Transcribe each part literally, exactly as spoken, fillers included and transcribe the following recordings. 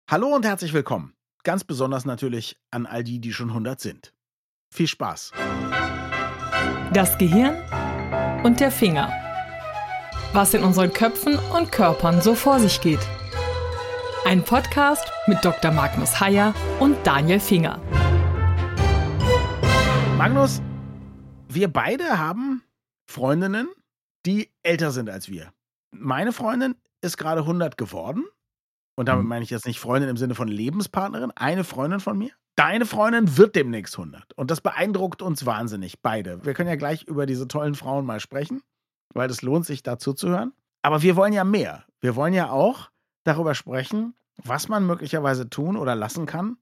Hallo und herzlich willkommen. Ganz besonders natürlich an all die, die schon hundert sind. Viel Spaß. Das Gehirn und der Finger. Was in unseren Köpfen und Körpern so vor sich geht. Ein Podcast mit Doktor Magnus Heyer und Daniel Finger. Magnus, wir beide haben Freundinnen, die älter sind als wir. Meine Freundin ist gerade hundert geworden. Und damit meine ich jetzt nicht Freundin im Sinne von Lebenspartnerin, eine Freundin von mir. Deine Freundin wird demnächst hundert. Und das beeindruckt uns wahnsinnig, beide. Wir können ja gleich über diese tollen Frauen mal sprechen, weil es lohnt sich, dazu zu hören. Aber wir wollen ja mehr. Wir wollen ja auch darüber sprechen, was man möglicherweise tun oder lassen kann,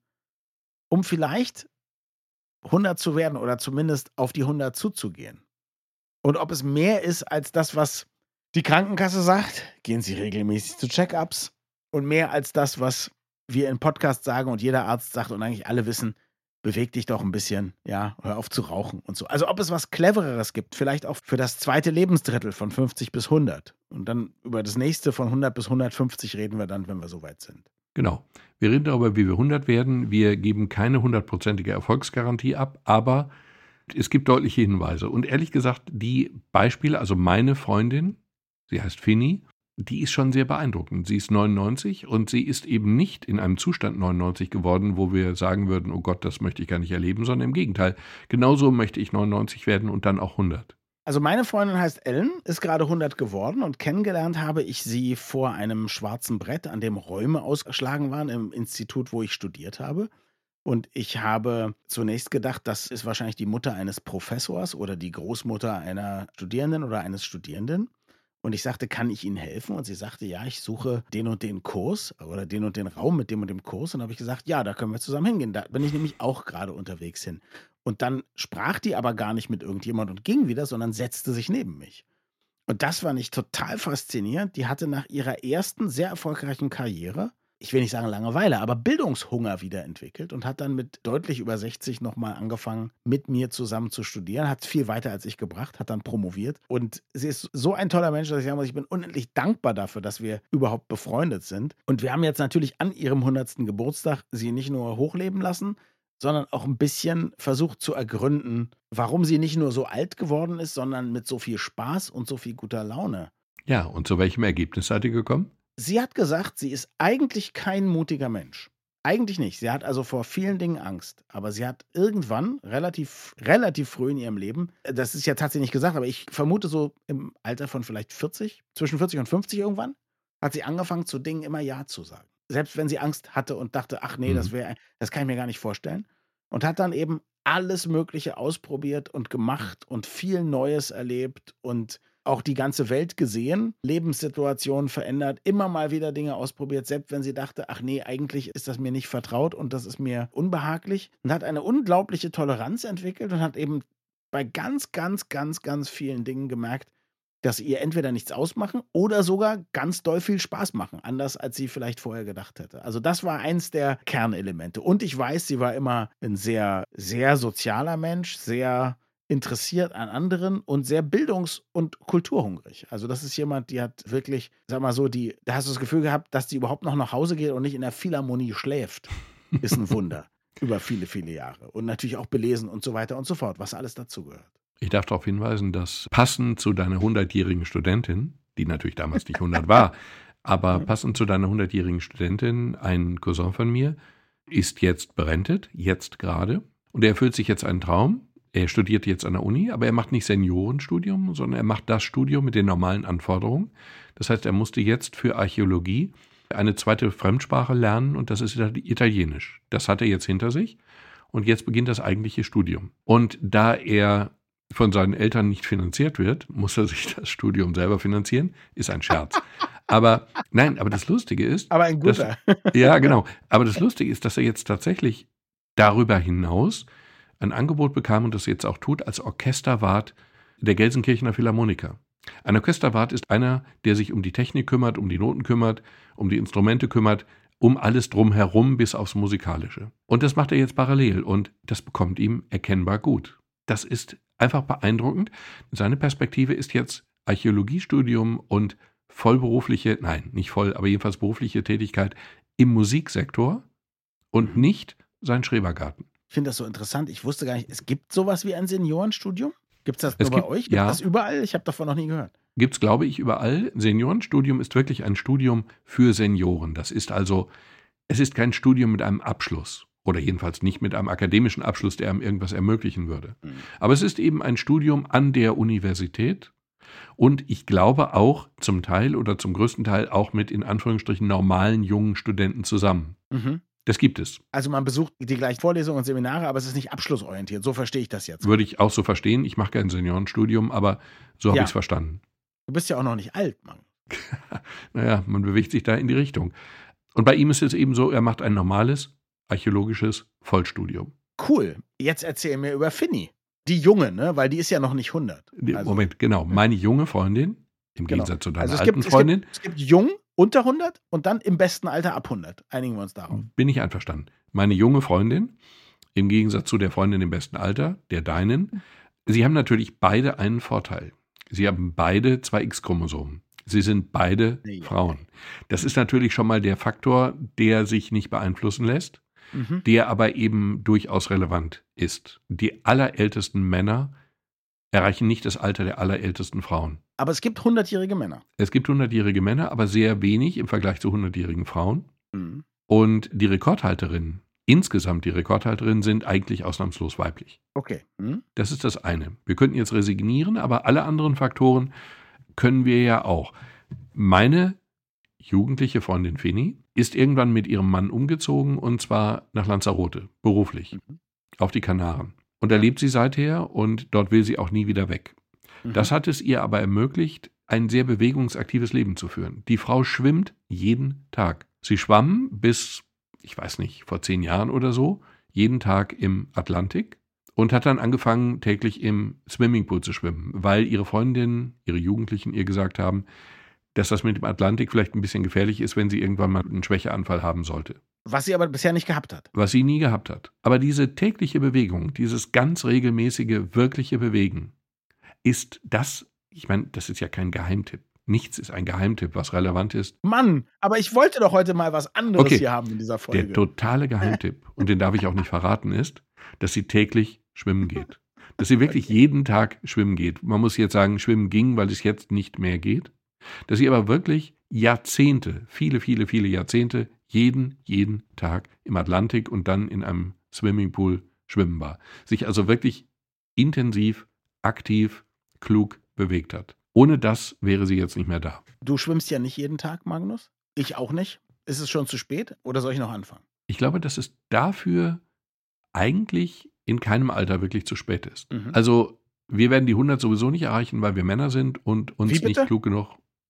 um vielleicht hundert zu werden oder zumindest auf die hundert zuzugehen. Und ob es mehr ist als das, was die Krankenkasse sagt, gehen Sie regelmäßig zu Check-ups. Und mehr als das, was wir im Podcast sagen und jeder Arzt sagt und eigentlich alle wissen, beweg dich doch ein bisschen, ja, hör auf zu rauchen und so. Also ob es was Clevereres gibt, vielleicht auch für das zweite Lebensdrittel von fünfzig bis hundert. Und dann über das nächste von hundert bis hundertfünfzig reden wir dann, wenn wir soweit sind. Genau. Wir reden darüber, wie wir hundert werden. Wir geben keine hundertprozentige Erfolgsgarantie ab, aber es gibt deutliche Hinweise. Und ehrlich gesagt, die Beispiele, also meine Freundin, sie heißt Finny, die ist schon sehr beeindruckend. Sie ist neunundneunzig und sie ist eben nicht in einem Zustand neunundneunzig geworden, wo wir sagen würden, oh Gott, das möchte ich gar nicht erleben, sondern im Gegenteil. Genauso möchte ich neunundneunzig werden und dann auch hundert. Also meine Freundin heißt Ellen, ist gerade hundert geworden und kennengelernt habe ich sie vor einem schwarzen Brett, an dem Räume ausgeschlagen waren im Institut, wo ich studiert habe. Und ich habe zunächst gedacht, das ist wahrscheinlich die Mutter eines Professors oder die Großmutter einer Studierenden oder eines Studierenden. Und ich sagte, kann ich Ihnen helfen? Und sie sagte, ja, ich suche den und den Kurs oder den und den Raum mit dem und dem Kurs. Und dann habe ich gesagt, ja, da können wir zusammen hingehen. Da bin ich nämlich auch gerade unterwegs hin. Und dann sprach die aber gar nicht mit irgendjemand und ging wieder, sondern setzte sich neben mich. Und das fand ich total faszinierend. Die hatte nach ihrer ersten sehr erfolgreichen Karriere, ich will nicht sagen Langeweile, aber Bildungshunger wiederentwickelt und hat dann mit deutlich über sechzig nochmal angefangen, mit mir zusammen zu studieren, hat viel weiter als ich gebracht, hat dann promoviert und sie ist so ein toller Mensch, dass ich sagen muss, ich bin unendlich dankbar dafür, dass wir überhaupt befreundet sind. Und wir haben jetzt natürlich an ihrem hundertsten Geburtstag sie nicht nur hochleben lassen, sondern auch ein bisschen versucht zu ergründen, warum sie nicht nur so alt geworden ist, sondern mit so viel Spaß und so viel guter Laune. Ja, und zu welchem Ergebnis seid ihr gekommen? Sie hat gesagt, sie ist eigentlich kein mutiger Mensch. Eigentlich nicht. Sie hat also vor vielen Dingen Angst. Aber sie hat irgendwann, relativ, relativ früh in ihrem Leben, das ist ja tatsächlich nicht gesagt, aber ich vermute so im Alter von vielleicht vierzig, zwischen vierzig und fünfzig irgendwann, hat sie angefangen, zu Dingen immer Ja zu sagen. Selbst wenn sie Angst hatte und dachte, ach nee, Mhm. das wäre, das kann ich mir gar nicht vorstellen. Und hat dann eben alles Mögliche ausprobiert und gemacht und viel Neues erlebt und auch die ganze Welt gesehen, Lebenssituationen verändert, immer mal wieder Dinge ausprobiert, selbst wenn sie dachte, ach nee, eigentlich ist das mir nicht vertraut und das ist mir unbehaglich und hat eine unglaubliche Toleranz entwickelt und hat eben bei ganz, ganz, ganz, ganz vielen Dingen gemerkt, dass ihr entweder nichts ausmachen oder sogar ganz doll viel Spaß machen, anders als sie vielleicht vorher gedacht hätte. Also das war eins der Kernelemente. Und ich weiß, sie war immer ein sehr, sehr sozialer Mensch, sehr interessiert an anderen und sehr bildungs- und kulturhungrig. Also das ist jemand, die hat wirklich, sag mal so, die, da hast du das Gefühl gehabt, dass die überhaupt noch nach Hause geht und nicht in der Philharmonie schläft. Ist ein Wunder. Über viele, viele Jahre. Und natürlich auch belesen und so weiter und so fort, was alles dazugehört. Ich darf darauf hinweisen, dass passend zu deiner hundertjährigen Studentin, die natürlich damals nicht hundert war, aber passend zu deiner hundertjährigen Studentin, ein Cousin von mir, ist jetzt berentet, jetzt gerade. Und er erfüllt sich jetzt einen Traum. Er studiert jetzt an der Uni, aber er macht nicht Seniorenstudium, sondern er macht das Studium mit den normalen Anforderungen. Das heißt, er musste jetzt für Archäologie eine zweite Fremdsprache lernen und das ist Italienisch. Das hat er jetzt hinter sich und jetzt beginnt das eigentliche Studium. Und da er von seinen Eltern nicht finanziert wird, muss er sich das Studium selber finanzieren. Ist ein Scherz. Aber nein, aber das Lustige ist... Aber ein guter. Dass, ja, genau. Aber das Lustige ist, dass er jetzt tatsächlich darüber hinaus ein Angebot bekam und das jetzt auch tut, als Orchesterwart der Gelsenkirchener Philharmoniker. Ein Orchesterwart ist einer, der sich um die Technik kümmert, um die Noten kümmert, um die Instrumente kümmert, um alles drumherum bis aufs Musikalische. Und das macht er jetzt parallel und das bekommt ihm erkennbar gut. Das ist einfach beeindruckend. Seine Perspektive ist jetzt Archäologiestudium und vollberufliche, nein, nicht voll, aber jedenfalls berufliche Tätigkeit im Musiksektor und nicht sein Schrebergarten. Ich finde das so interessant. Ich wusste gar nicht, es gibt sowas wie ein Seniorenstudium? Gibt es das Es nur gibt- bei euch? Gibt ja. das überall? Ich habe davon noch nie gehört. Gibt es, glaube ich, überall. Seniorenstudium ist wirklich ein Studium für Senioren. Das ist also, es ist kein Studium mit einem Abschluss oder jedenfalls nicht mit einem akademischen Abschluss, der einem irgendwas ermöglichen würde. Mhm. Aber es ist eben ein Studium an der Universität und ich glaube auch zum Teil oder zum größten Teil auch mit in Anführungsstrichen normalen jungen Studenten zusammen. Mhm. Das gibt es. Also man besucht die gleichen Vorlesungen und Seminare, aber es ist nicht abschlussorientiert. So verstehe ich das jetzt. Würde ich auch so verstehen. Ich mache kein Seniorenstudium, aber so habe Ja. ich es verstanden. Du bist ja auch noch nicht alt, Mann. Naja, man bewegt sich da in die Richtung. Und bei ihm ist es eben so, er macht ein normales archäologisches Vollstudium. Cool. Jetzt erzähl mir über Finny. Die Junge, ne? Weil die ist ja noch nicht hundert. Die- Also- Moment, genau. Meine junge Freundin, im Genau. Gegensatz zu deiner Also es alten gibt, es, Freundin, gibt, es gibt jung unter hundert und dann im besten Alter ab hundert. Einigen wir uns darauf. bin ich einverstanden. Meine junge Freundin, im Gegensatz zu der Freundin im besten Alter, der deinen, sie haben natürlich beide einen Vorteil. Sie haben beide zwei X-Chromosomen. Sie sind beide Nee, Frauen. Das ist natürlich schon mal der Faktor, der sich nicht beeinflussen lässt, Mhm. der aber eben durchaus relevant ist. Die allerältesten Männer erreichen nicht das Alter der allerältesten Frauen. Aber es gibt hundertjährige Männer. Es gibt hundertjährige Männer, aber sehr wenig im Vergleich zu hundertjährigen Frauen. Mhm. Und die Rekordhalterinnen, insgesamt die Rekordhalterinnen, sind eigentlich ausnahmslos weiblich. Okay. Mhm. Das ist das eine. Wir könnten jetzt resignieren, aber alle anderen Faktoren können wir ja auch. Meine jugendliche Freundin Fini ist irgendwann mit ihrem Mann umgezogen und zwar nach Lanzarote, beruflich, Mhm. auf die Kanaren. Und da lebt sie seither und dort will sie auch nie wieder weg. Mhm. Das hat es ihr aber ermöglicht, ein sehr bewegungsaktives Leben zu führen. Die Frau schwimmt jeden Tag. Sie schwamm bis, ich weiß nicht, vor zehn Jahren oder so, jeden Tag im Atlantik und hat dann angefangen, täglich im Swimmingpool zu schwimmen, weil ihre Freundinnen, ihre Jugendlichen ihr gesagt haben, dass das mit dem Atlantik vielleicht ein bisschen gefährlich ist, wenn sie irgendwann mal einen Schwächeanfall haben sollte. Was sie aber bisher nicht gehabt hat. Was sie nie gehabt hat. Aber diese tägliche Bewegung, dieses ganz regelmäßige, wirkliche Bewegen, ist das, ich meine, das ist ja kein Geheimtipp. Nichts ist ein Geheimtipp, was relevant ist. Mann, aber ich wollte doch heute mal was anderes Okay. hier haben in dieser Folge. Der totale Geheimtipp, und den darf ich auch nicht verraten, ist, dass sie täglich schwimmen geht. Dass sie wirklich jeden Tag schwimmen geht. Man muss jetzt sagen, schwimmen ging, weil es jetzt nicht mehr geht. Dass sie aber wirklich Jahrzehnte, viele, viele, viele Jahrzehnte, jeden, jeden Tag im Atlantik und dann in einem Swimmingpool schwimmen war. Sich also wirklich intensiv, aktiv, klug bewegt hat. Ohne das wäre sie jetzt nicht mehr da. Du schwimmst ja nicht jeden Tag, Magnus. Ich auch nicht. Ist es schon zu spät oder soll ich noch anfangen? Ich glaube, dass es dafür eigentlich in keinem Alter wirklich zu spät ist. Mhm. Also wir werden die hundert sowieso nicht erreichen, weil wir Männer sind und uns Wie bitte? nicht klug genug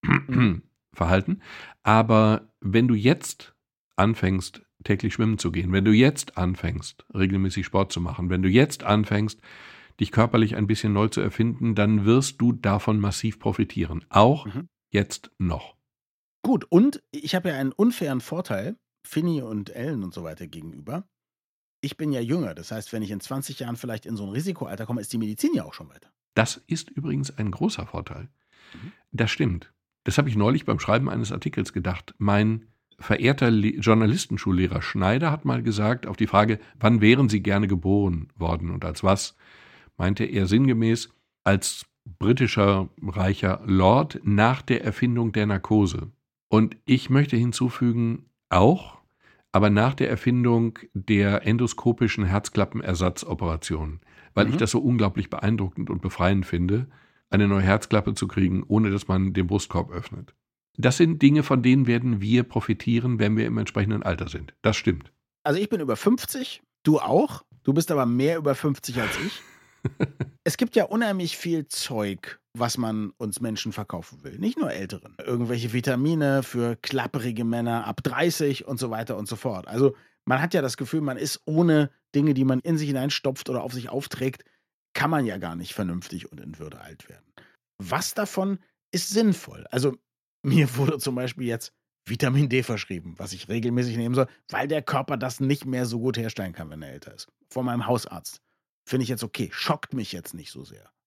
verhalten. Aber wenn du jetzt anfängst, täglich schwimmen zu gehen, wenn du jetzt anfängst, regelmäßig Sport zu machen, wenn du jetzt anfängst, dich körperlich ein bisschen neu zu erfinden, dann wirst du davon massiv profitieren. Auch Mhm. jetzt noch. Gut, und ich habe ja einen unfairen Vorteil, Finny und Ellen und so weiter gegenüber. Ich bin ja jünger, das heißt, wenn ich in zwanzig Jahren vielleicht in so ein Risikoalter komme, ist die Medizin ja auch schon weiter. Das ist übrigens ein großer Vorteil. Mhm. Das stimmt. Das habe ich neulich beim Schreiben eines Artikels gedacht. Mein verehrter Le- Journalistenschullehrer Schneider hat mal gesagt, auf die Frage, wann wären Sie gerne geboren worden und als was, meinte er sinngemäß, als britischer reicher Lord nach der Erfindung der Narkose. Und ich möchte hinzufügen, auch, aber nach der Erfindung der endoskopischen Herzklappenersatzoperation, weil Mhm. ich das so unglaublich beeindruckend und befreiend finde, eine neue Herzklappe zu kriegen, ohne dass man den Brustkorb öffnet. Das sind Dinge, von denen werden wir profitieren, wenn wir im entsprechenden Alter sind. Das stimmt. Also ich bin über fünfzig, du auch. Du bist aber mehr über fünfzig als ich. Es gibt ja unheimlich viel Zeug, was man uns Menschen verkaufen will. Nicht nur Älteren. Irgendwelche Vitamine für klapperige Männer ab dreißig und so weiter und so fort. Also man hat ja das Gefühl, man ist ohne Dinge, die man in sich hineinstopft oder auf sich aufträgt, kann man ja gar nicht vernünftig und in Würde alt werden. Was davon ist sinnvoll? Also mir wurde zum Beispiel jetzt Vitamin D verschrieben, was ich regelmäßig nehmen soll, weil der Körper das nicht mehr so gut herstellen kann, wenn er älter ist. Von meinem Hausarzt. Finde ich jetzt okay. Schockt mich jetzt nicht so sehr.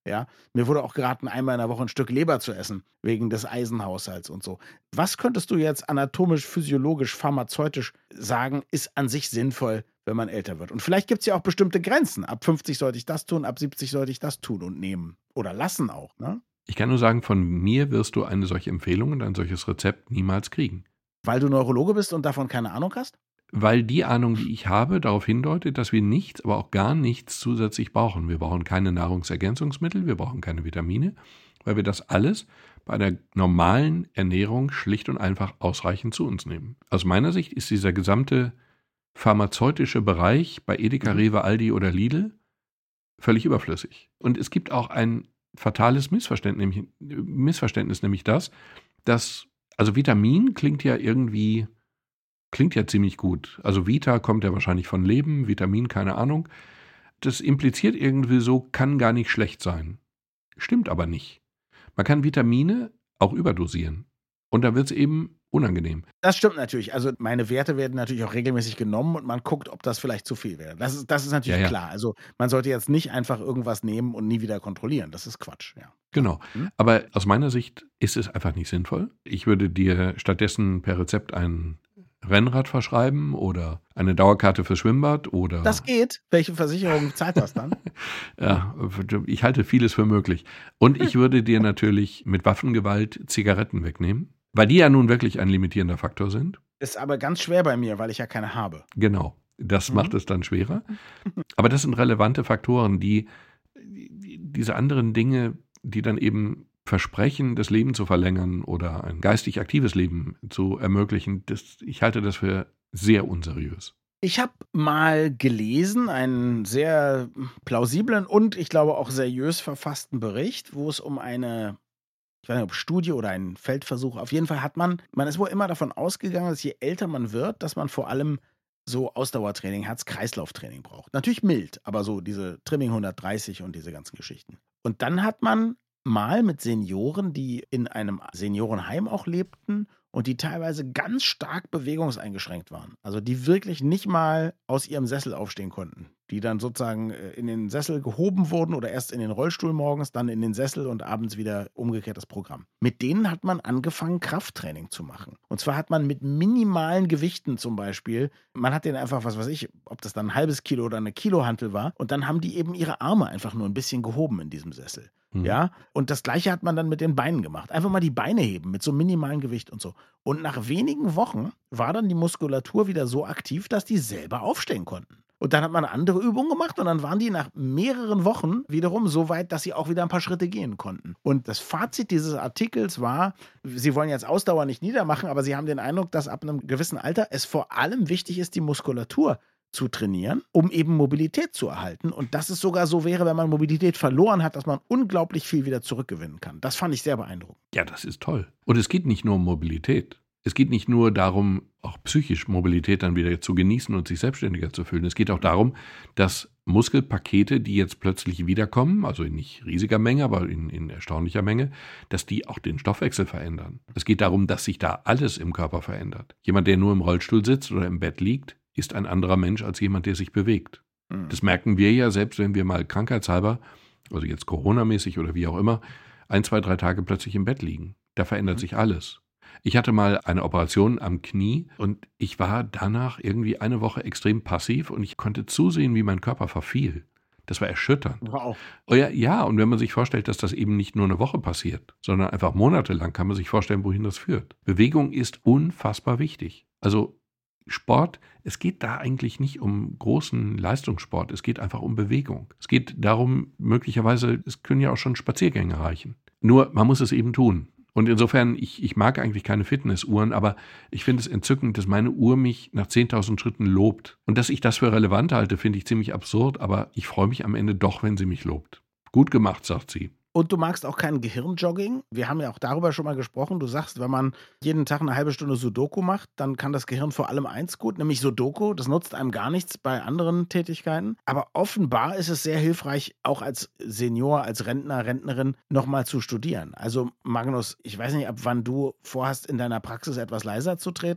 Ja, mir wurde auch geraten, einmal in der Woche ein Stück Leber zu essen, wegen des Eisenhaushalts und so. Was könntest du jetzt anatomisch, physiologisch, pharmazeutisch sagen, ist an sich sinnvoll, wenn man älter wird? Und vielleicht gibt es ja auch bestimmte Grenzen. Ab fünfzig sollte ich das tun, ab siebzig sollte ich das tun und nehmen. Oder lassen auch, ne? Ich kann nur sagen, von mir wirst du eine solche Empfehlung und ein solches Rezept niemals kriegen. Weil du Neurologe bist und davon keine Ahnung hast? Weil die Ahnung, die ich habe, darauf hindeutet, dass wir nichts, aber auch gar nichts zusätzlich brauchen. Wir brauchen keine Nahrungsergänzungsmittel, wir brauchen keine Vitamine, weil wir das alles bei einer normalen Ernährung schlicht und einfach ausreichend zu uns nehmen. Aus meiner Sicht ist dieser gesamte pharmazeutische Bereich bei Edeka, Mhm. Rewe, Aldi oder Lidl völlig überflüssig. Und es gibt auch ein fatales Missverständnis, nämlich, Missverständnis, nämlich das, dass, also Vitamin klingt ja irgendwie, klingt ja ziemlich gut. Also Vita kommt ja wahrscheinlich von Leben, Vitamin, keine Ahnung. Das impliziert irgendwie so, kann gar nicht schlecht sein. Stimmt aber nicht. Man kann Vitamine auch überdosieren. Und da wird es eben unangenehm. Das stimmt natürlich. Also meine Werte werden natürlich auch regelmäßig genommen und man guckt, ob das vielleicht zu viel wäre. Das ist, das ist natürlich Ja, ja. klar. Also man sollte jetzt nicht einfach irgendwas nehmen und nie wieder kontrollieren. Das ist Quatsch, ja. Genau. Hm? Aber aus meiner Sicht ist es einfach nicht sinnvoll. Ich würde dir stattdessen per Rezept ein Rennrad verschreiben oder eine Dauerkarte fürs Schwimmbad oder. Das geht. Welche Versicherung zahlt das dann? Ja, ich halte vieles für möglich. Und ich würde dir natürlich mit Waffengewalt Zigaretten wegnehmen, weil die ja nun wirklich ein limitierender Faktor sind. Ist aber ganz schwer bei mir, weil ich ja keine habe. Genau, das Mhm. macht es dann schwerer. Aber das sind relevante Faktoren, die die- diese anderen Dinge, die dann eben versprechen, das Leben zu verlängern oder ein geistig aktives Leben zu ermöglichen, das, ich halte das für sehr unseriös. Ich habe mal gelesen, einen sehr plausiblen und ich glaube auch seriös verfassten Bericht, wo es um eine, ich weiß nicht, ob Studie oder einen Feldversuch, auf jeden Fall hat man, man ist wohl immer davon ausgegangen, dass je älter man wird, dass man vor allem so Ausdauertraining, Herz-Kreislauf-Training braucht. Natürlich mild, aber so diese Trimming hundertdreißig und diese ganzen Geschichten. Und dann hat man mal mit Senioren, die in einem Seniorenheim auch lebten und die teilweise ganz stark bewegungseingeschränkt waren. Also die wirklich nicht mal aus ihrem Sessel aufstehen konnten. Die dann sozusagen äh, in den Sessel gehoben wurden oder erst in den Rollstuhl morgens, dann in den Sessel und abends wieder umgekehrtes Programm. Mit denen hat man angefangen, Krafttraining zu machen. Und zwar hat man mit minimalen Gewichten zum Beispiel, man hat denen einfach, was weiß ich, ob das dann ein halbes Kilo oder eine Kilohantel war, und dann haben die eben ihre Arme einfach nur ein bisschen gehoben in diesem Sessel. Hm. Ja, und das Gleiche hat man dann mit den Beinen gemacht. Einfach mal die Beine heben mit so minimalen Gewicht und so. Und nach wenigen Wochen war dann die Muskulatur wieder so aktiv, dass die selber aufstehen konnten. Und dann hat man eine andere Übung gemacht und dann waren die nach mehreren Wochen wiederum so weit, dass sie auch wieder ein paar Schritte gehen konnten. Und das Fazit dieses Artikels war, sie wollen jetzt Ausdauer nicht niedermachen, aber sie haben den Eindruck, dass ab einem gewissen Alter es vor allem wichtig ist, die Muskulatur zu trainieren, um eben Mobilität zu erhalten. Und dass es sogar so wäre, wenn man Mobilität verloren hat, dass man unglaublich viel wieder zurückgewinnen kann. Das fand ich sehr beeindruckend. Ja, das ist toll. Und es geht nicht nur um Mobilität. Es geht nicht nur darum, auch psychisch Mobilität dann wieder zu genießen und sich selbstständiger zu fühlen. Es geht auch darum, dass Muskelpakete, die jetzt plötzlich wiederkommen, also in nicht riesiger Menge, aber in, in erstaunlicher Menge, dass die auch den Stoffwechsel verändern. Es geht darum, dass sich da alles im Körper verändert. Jemand, der nur im Rollstuhl sitzt oder im Bett liegt, ist ein anderer Mensch als jemand, der sich bewegt. Mhm. Das merken wir ja, selbst wenn wir mal krankheitshalber, also jetzt Corona-mäßig oder wie auch immer, ein, zwei, drei Tage plötzlich im Bett liegen. Da verändert Mhm. sich alles. Ich hatte mal eine Operation am Knie und ich war danach irgendwie eine Woche extrem passiv und ich konnte zusehen, wie mein Körper verfiel. Das war erschütternd. Wow. Oh ja, ja, und wenn man sich vorstellt, dass das eben nicht nur eine Woche passiert, sondern einfach monatelang, kann man sich vorstellen, wohin das führt. Bewegung ist unfassbar wichtig. Also Sport, es geht da eigentlich nicht um großen Leistungssport, es geht einfach um Bewegung. Es geht darum, möglicherweise, es können ja auch schon Spaziergänge reichen. Nur, man muss es eben tun. Und insofern, ich, ich mag eigentlich keine Fitnessuhren, aber ich finde es entzückend, dass meine Uhr mich nach zehntausend Schritten lobt. Und dass ich das für relevant halte, finde ich ziemlich absurd, aber ich freue mich am Ende doch, wenn sie mich lobt. Gut gemacht, sagt sie. Und du magst auch kein Gehirnjogging. Wir haben ja auch darüber schon mal gesprochen. Du sagst, wenn man jeden Tag eine halbe Stunde Sudoku macht, dann kann das Gehirn vor allem eins gut, nämlich Sudoku. Das nutzt einem gar nichts bei anderen Tätigkeiten. Aber offenbar ist es sehr hilfreich, auch als Senior, als Rentner, Rentnerin nochmal zu studieren. Also Magnus, ich weiß nicht, ab wann du vorhast, in deiner Praxis etwas leiser zu treten.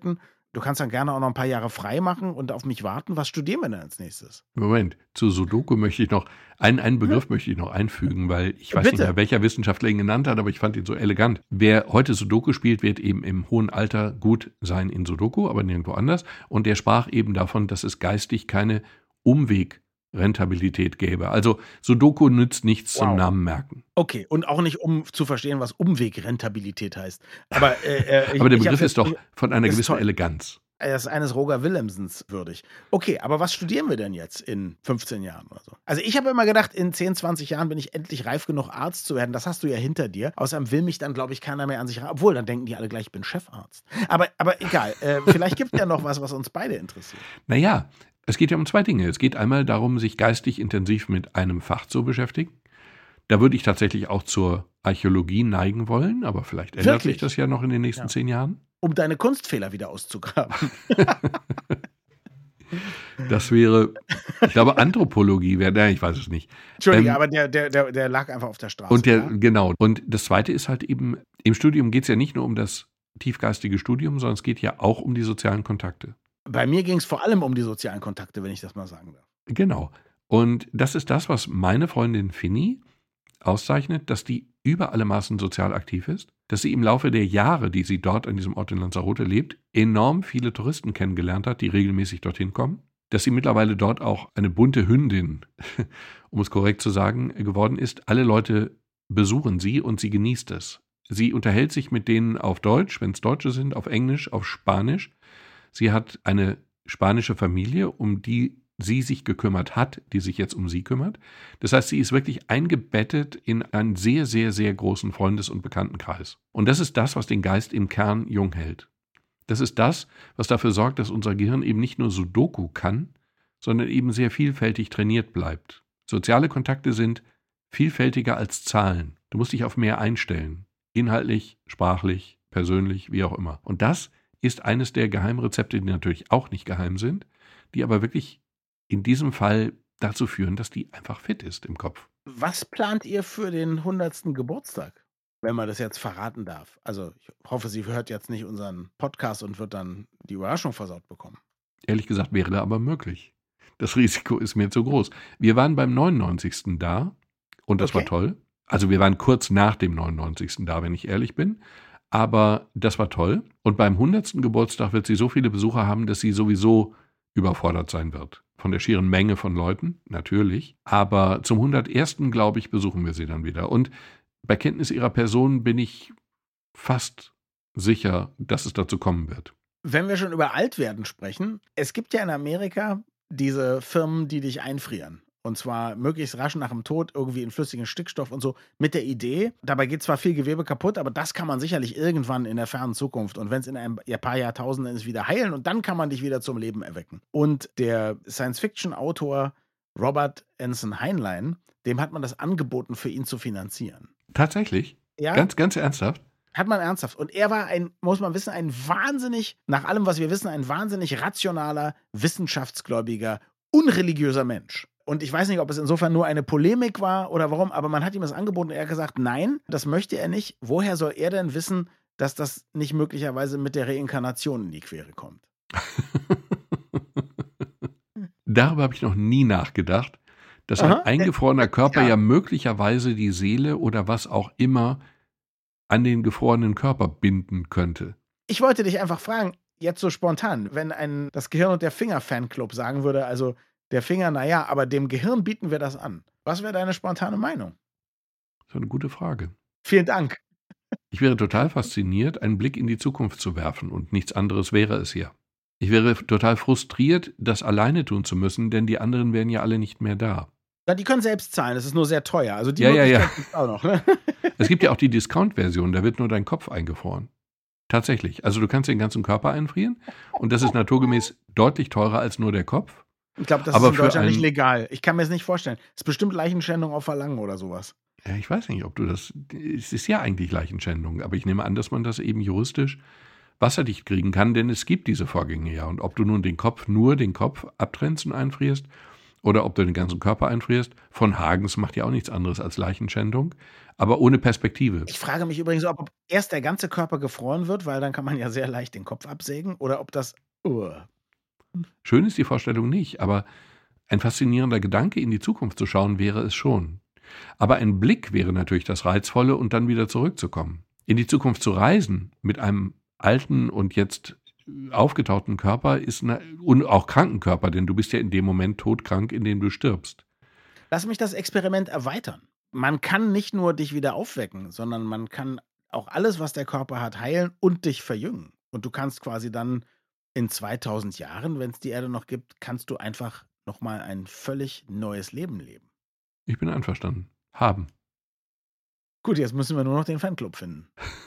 Du kannst dann gerne auch noch ein paar Jahre frei machen und auf mich warten. Was studieren wir denn als nächstes? Moment, zu Sudoku möchte ich noch, einen, einen Begriff möchte ich noch einfügen, weil ich weiß Bitte. nicht mehr, welcher Wissenschaftler ihn genannt hat, aber ich fand ihn so elegant. Wer heute Sudoku spielt, wird eben im hohen Alter gut sein in Sudoku, aber nirgendwo anders. Und der sprach eben davon, dass es geistig keine Umwegrentabilität gäbe. Also Sudoku nützt nichts Wow. zum Namen merken. Okay, und auch nicht, um zu verstehen, was Umwegrentabilität heißt. Aber, äh, ich, Aber der ich Begriff hab's ist doch jetzt- von einer ist gewissen toll. Eleganz. Er ist eines Roger Willemsens würdig. Okay, aber was studieren wir denn jetzt in fünfzehn Jahren oder so? Also ich habe immer gedacht, in zehn, zwanzig Jahren bin ich endlich reif genug, Arzt zu werden. Das hast du ja hinter dir. Außerdem will mich dann, glaube ich, keiner mehr an sich ran. Obwohl, dann denken die alle gleich, ich bin Chefarzt. Aber, aber egal, äh, vielleicht gibt es ja noch was, was uns beide interessiert. Naja, es geht ja um zwei Dinge. Es geht einmal darum, sich geistig intensiv mit einem Fach zu beschäftigen. Da würde ich tatsächlich auch zur Archäologie neigen wollen, aber vielleicht ändert Wirklich? sich das ja noch in den nächsten Ja. zehn Jahren. Um deine Kunstfehler wieder auszugraben. Das wäre, ich glaube, Anthropologie wäre, nein, ich weiß es nicht. Entschuldige, Ähm, aber der, der, der, der lag einfach auf der Straße. Und der, ja? genau. Und das Zweite ist halt eben, im Studium geht es ja nicht nur um das tiefgeistige Studium, sondern es geht ja auch um die sozialen Kontakte. Bei mir ging es vor allem um die sozialen Kontakte, wenn ich das mal sagen darf. Genau. Und das ist das, was meine Freundin Finny auszeichnet, dass die über alle Maßen sozial aktiv ist, dass sie im Laufe der Jahre, die sie dort an diesem Ort in Lanzarote lebt, enorm viele Touristen kennengelernt hat, die regelmäßig dorthin kommen, dass sie mittlerweile dort auch eine bunte Hündin, um es korrekt zu sagen, geworden ist. Alle Leute besuchen sie und sie genießt es. Sie unterhält sich mit denen auf Deutsch, wenn es Deutsche sind, auf Englisch, auf Spanisch. Sie hat eine spanische Familie, um die sie sich gekümmert hat, die sich jetzt um sie kümmert. Das heißt, sie ist wirklich eingebettet in einen sehr, sehr, sehr großen Freundes- und Bekanntenkreis. Und das ist das, was den Geist im Kern jung hält. Das ist das, was dafür sorgt, dass unser Gehirn eben nicht nur Sudoku kann, sondern eben sehr vielfältig trainiert bleibt. Soziale Kontakte sind vielfältiger als Zahlen. Du musst dich auf mehr einstellen. Inhaltlich, sprachlich, persönlich, wie auch immer. Und das ist eines der Geheimrezepte, die natürlich auch nicht geheim sind, die aber wirklich in diesem Fall dazu führen, dass die einfach fit ist im Kopf. Was plant ihr für den hundertsten Geburtstag, wenn man das jetzt verraten darf? Also ich hoffe, sie hört jetzt nicht unseren Podcast und wird dann die Überraschung versaut bekommen. Ehrlich gesagt wäre aber möglich. Das Risiko ist mir zu groß. Wir waren beim neunundneunzigsten da und das Okay. war toll. Also wir waren kurz nach dem neunundneunzigsten da, wenn ich ehrlich bin. Aber das war toll. Und beim hundertsten Geburtstag wird sie so viele Besucher haben, dass sie sowieso überfordert sein wird. Von der schieren Menge von Leuten, natürlich. Aber zum hundertersten, glaube ich, besuchen wir sie dann wieder. Und bei Kenntnis ihrer Person bin ich fast sicher, dass es dazu kommen wird. Wenn wir schon über Altwerden sprechen, es gibt ja in Amerika diese Firmen, die dich einfrieren. Und zwar möglichst rasch nach dem Tod irgendwie in flüssigen Stickstoff und so mit der Idee, dabei geht zwar viel Gewebe kaputt, aber das kann man sicherlich irgendwann in der fernen Zukunft und wenn es in ein paar Jahrtausenden ist, wieder heilen und dann kann man dich wieder zum Leben erwecken. Und der Science-Fiction-Autor Robert Anson Heinlein, dem hat man das angeboten, für ihn zu finanzieren. Tatsächlich? Ja, Ganz, ganz ernsthaft? hat man ernsthaft. Und er war ein, muss man wissen, ein wahnsinnig, nach allem, was wir wissen, ein wahnsinnig rationaler, wissenschaftsgläubiger, unreligiöser Mensch. Und ich weiß nicht, ob es insofern nur eine Polemik war oder warum, aber man hat ihm das angeboten und er hat gesagt, nein, das möchte er nicht. Woher soll er denn wissen, dass das nicht möglicherweise mit der Reinkarnation in die Quere kommt? Darüber habe ich noch nie nachgedacht, dass Aha. ein eingefrorener Körper Ja. ja möglicherweise die Seele oder was auch immer an den gefrorenen Körper binden könnte. Ich wollte dich einfach fragen, jetzt so spontan, wenn ein das Gehirn und der Finger-Fanclub sagen würde, also der Finger, naja, aber dem Gehirn bieten wir das an. Was wäre deine spontane Meinung? Das ist eine gute Frage. Vielen Dank. Ich wäre total fasziniert, einen Blick in die Zukunft zu werfen und nichts anderes wäre es ja. Ich wäre total frustriert, das alleine tun zu müssen, denn die anderen wären ja alle nicht mehr da. Na, die können selbst zahlen, das ist nur sehr teuer. Also die Ja, ja, ja. Möglichkeit gibt's auch noch. Ne? Es gibt ja auch die Discount-Version, da wird nur dein Kopf eingefroren. Tatsächlich. Also du kannst den ganzen Körper einfrieren und das ist naturgemäß deutlich teurer als nur der Kopf. Ich glaube, das Aber ist in für Deutschland ein- nicht legal. Ich kann mir das nicht vorstellen. Das ist bestimmt Leichenschändung auf Verlangen oder sowas. Ja, ich weiß nicht, ob du das. Es ist ja eigentlich Leichenschändung, aber ich nehme an, dass man das eben juristisch wasserdicht kriegen kann, denn es gibt diese Vorgänge ja. Und ob du nun den Kopf, nur den Kopf abtrennst und einfrierst oder ob du den ganzen Körper einfrierst, von Hagens macht ja auch nichts anderes als Leichenschändung, aber ohne Perspektive. Ich frage mich übrigens, ob erst der ganze Körper gefroren wird, weil dann kann man ja sehr leicht den Kopf absägen, oder ob das Uh. Schön ist die Vorstellung nicht, aber ein faszinierender Gedanke, in die Zukunft zu schauen, wäre es schon. Aber ein Blick wäre natürlich das Reizvolle und dann wieder zurückzukommen. In die Zukunft zu reisen mit einem alten und jetzt aufgetauchten Körper ist eine, und auch kranken Körper, denn du bist ja in dem Moment todkrank, in dem du stirbst. Lass mich das Experiment erweitern. Man kann nicht nur dich wieder aufwecken, sondern man kann auch alles, was der Körper hat, heilen und dich verjüngen. Und du kannst quasi dann in zweitausend Jahren, wenn es die Erde noch gibt, kannst du einfach nochmal ein völlig neues Leben leben. Ich bin einverstanden. Haben. Gut, jetzt müssen wir nur noch den Fanclub finden.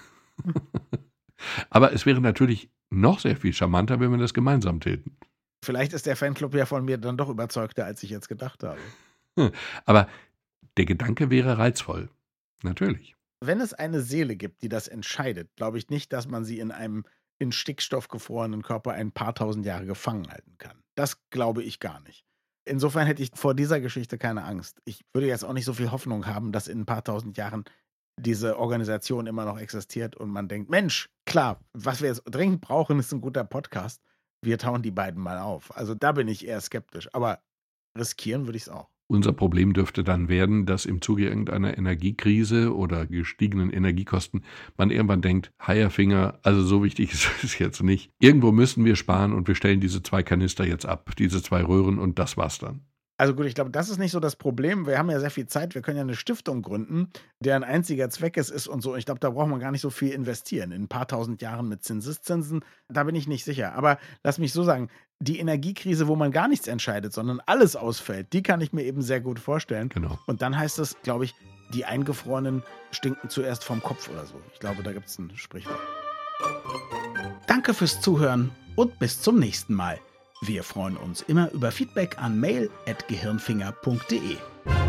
Aber es wäre natürlich noch sehr viel charmanter, wenn wir das gemeinsam täten. Vielleicht ist der Fanclub ja von mir dann doch überzeugter, als ich jetzt gedacht habe. Aber der Gedanke wäre reizvoll. Natürlich. Wenn es eine Seele gibt, die das entscheidet, glaube ich nicht, dass man sie in einem in Stickstoff gefrorenen Körper ein paar tausend Jahre gefangen halten kann. Das glaube ich gar nicht. Insofern hätte ich vor dieser Geschichte keine Angst. Ich würde jetzt auch nicht so viel Hoffnung haben, dass in ein paar tausend Jahren diese Organisation immer noch existiert und man denkt, Mensch, klar, was wir jetzt dringend brauchen, ist ein guter Podcast. Wir tauen die beiden mal auf. Also da bin ich eher skeptisch. Aber riskieren würde ich es auch. Unser Problem dürfte dann werden, dass im Zuge irgendeiner Energiekrise oder gestiegenen Energiekosten man irgendwann denkt, Heierfinger, also so wichtig ist es jetzt nicht. Irgendwo müssen wir sparen und wir stellen diese zwei Kanister jetzt ab, diese zwei Röhren und das war's dann. Also gut, ich glaube, das ist nicht so das Problem. Wir haben ja sehr viel Zeit. Wir können ja eine Stiftung gründen, deren einziger Zweck es ist und so. Ich glaube, da braucht man gar nicht so viel investieren. In ein paar tausend Jahren mit Zinseszinsen, da bin ich nicht sicher. Aber lass mich so sagen, die Energiekrise, wo man gar nichts entscheidet, sondern alles ausfällt, die kann ich mir eben sehr gut vorstellen. Genau. Und dann heißt es, glaube ich, die Eingefrorenen stinken zuerst vom Kopf oder so. Ich glaube, da gibt es ein Sprichwort. Danke fürs Zuhören und bis zum nächsten Mal. Wir freuen uns immer über Feedback an mail at gehirnfinger punkt de.